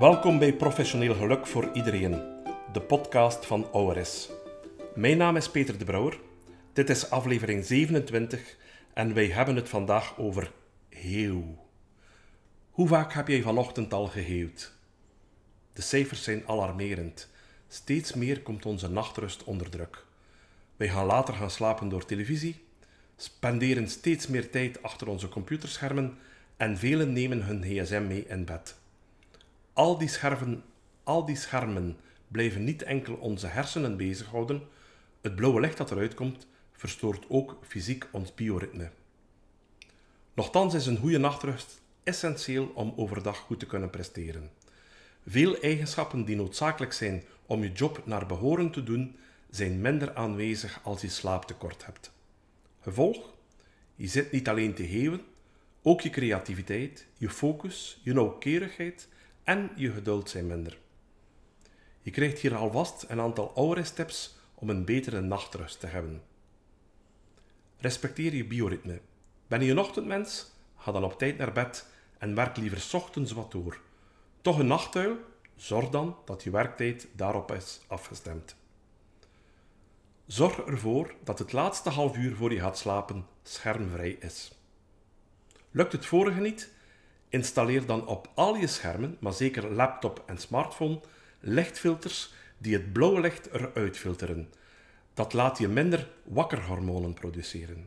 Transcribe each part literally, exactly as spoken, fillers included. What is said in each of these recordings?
Welkom bij Professioneel Geluk voor Iedereen, de podcast van Auris. Mijn naam is Peter de Brouwer, dit is aflevering zevenentwintig en wij hebben het vandaag over geeuw. Hoe vaak heb jij vanochtend al gegeeuwd? De cijfers zijn alarmerend. Steeds meer komt onze nachtrust onder druk. Wij gaan later gaan slapen door televisie, spenderen steeds meer tijd achter onze computerschermen en velen nemen hun gsm mee in bed. Al die scherven, al die schermen blijven niet enkel onze hersenen bezighouden, het blauwe licht dat eruit komt verstoort ook fysiek ons bioritme. Nochtans is een goede nachtrust essentieel om overdag goed te kunnen presteren. Veel eigenschappen die noodzakelijk zijn om je job naar behoren te doen, zijn minder aanwezig als je slaaptekort hebt. Gevolg? Je zit niet alleen te geeuwen, ook je creativiteit, je focus, je nauwkeurigheid en je geduld zijn minder. Je krijgt hier alvast een aantal Auris-tips om een betere nachtrust te hebben. Respecteer je bioritme. Ben je een ochtendmens? Ga dan op tijd naar bed en werk liever 's ochtends wat door. Toch een nachtuil? Zorg dan dat je werktijd daarop is afgestemd. Zorg ervoor dat het laatste half uur voor je gaat slapen schermvrij is. Lukt het vorige niet? Installeer dan op al je schermen, maar zeker laptop en smartphone, lichtfilters die het blauwe licht eruit filteren. Dat laat je minder wakkerhormonen produceren.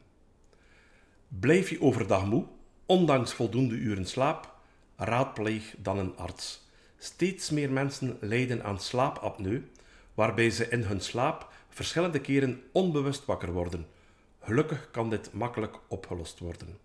Blijf je overdag moe, ondanks voldoende uren slaap? Raadpleeg dan een arts. Steeds meer mensen lijden aan slaapapneu, waarbij ze in hun slaap verschillende keren onbewust wakker worden. Gelukkig kan dit makkelijk opgelost worden.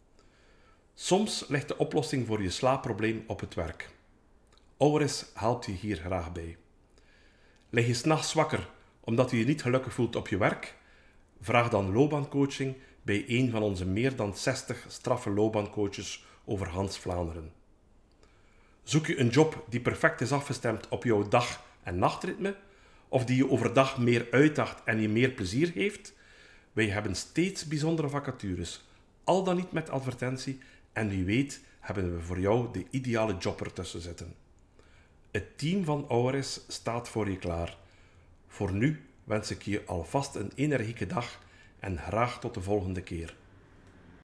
Soms ligt de oplossing voor je slaapprobleem op het werk. Auris helpt je hier graag bij. Lig je 's nachts wakker omdat je je niet gelukkig voelt op je werk? Vraag dan loopbaancoaching bij een van onze meer dan zestig straffe loopbaancoaches over Hans Vlaanderen. Zoek je een job die perfect is afgestemd op jouw dag- en nachtritme? Of die je overdag meer uitdaagt en je meer plezier geeft? Wij hebben steeds bijzondere vacatures, al dan niet met advertentie, en wie weet hebben we voor jou de ideale job ertussen zitten. Het team van Auris staat voor je klaar. Voor nu wens ik je alvast een energieke dag en graag tot de volgende keer.